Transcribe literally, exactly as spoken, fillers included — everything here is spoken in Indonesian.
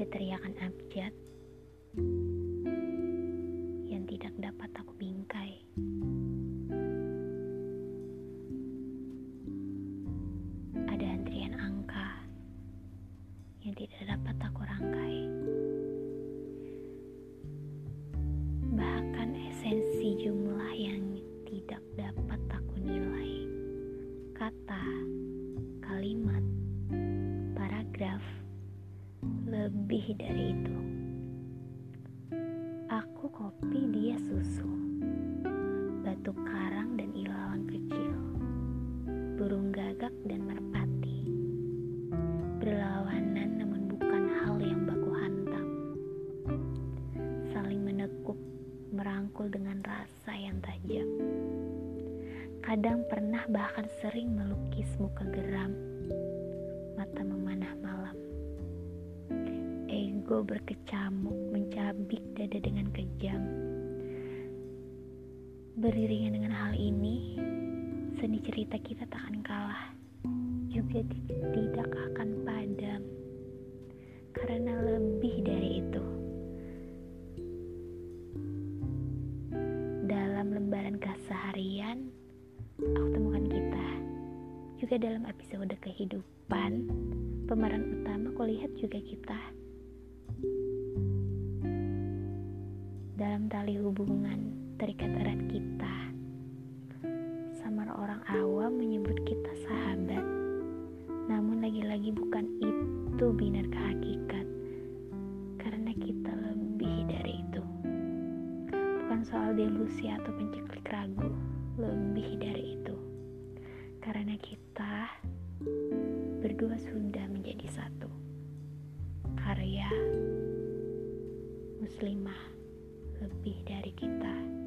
Ada teriakan abjad yang tidak dapat aku bingkai. Ada antrian angka yang tidak dapat aku rangkai. Bahkan esensi jumlah yang tidak dapat aku nilai. Kata, kalimat, paragraf, lebih dari itu. Aku kopi, dia susu, batu karang dan ilalang kecil, burung gagak dan merpati, berlawanan namun bukan hal yang baku hantam, saling menekuk, merangkul dengan rasa yang tajam. Kadang pernah bahkan sering melukis muka geram, mata memanah malam. Ego berkecamuk mencabik dada dengan kejam. Beriringan dengan hal ini, seni cerita kita takkan kalah, juga tidak akan padam, karena lebih dari itu. Dalam lembaran keseharian, aku temukan kita. Juga dalam episode kehidupan, pemeran utama kulihat juga kita. Dalam tali hubungan terikat erat kita. Samar orang awam menyebut kita sahabat. Namun lagi-lagi bukan itu binarka hakikat. Karena kita lebih dari itu. Bukan soal delusi atau penceklik ragu. Lebih dari itu. Karena kita berdua sudah menjadi satu. Karya Muslimah lebih dari kita.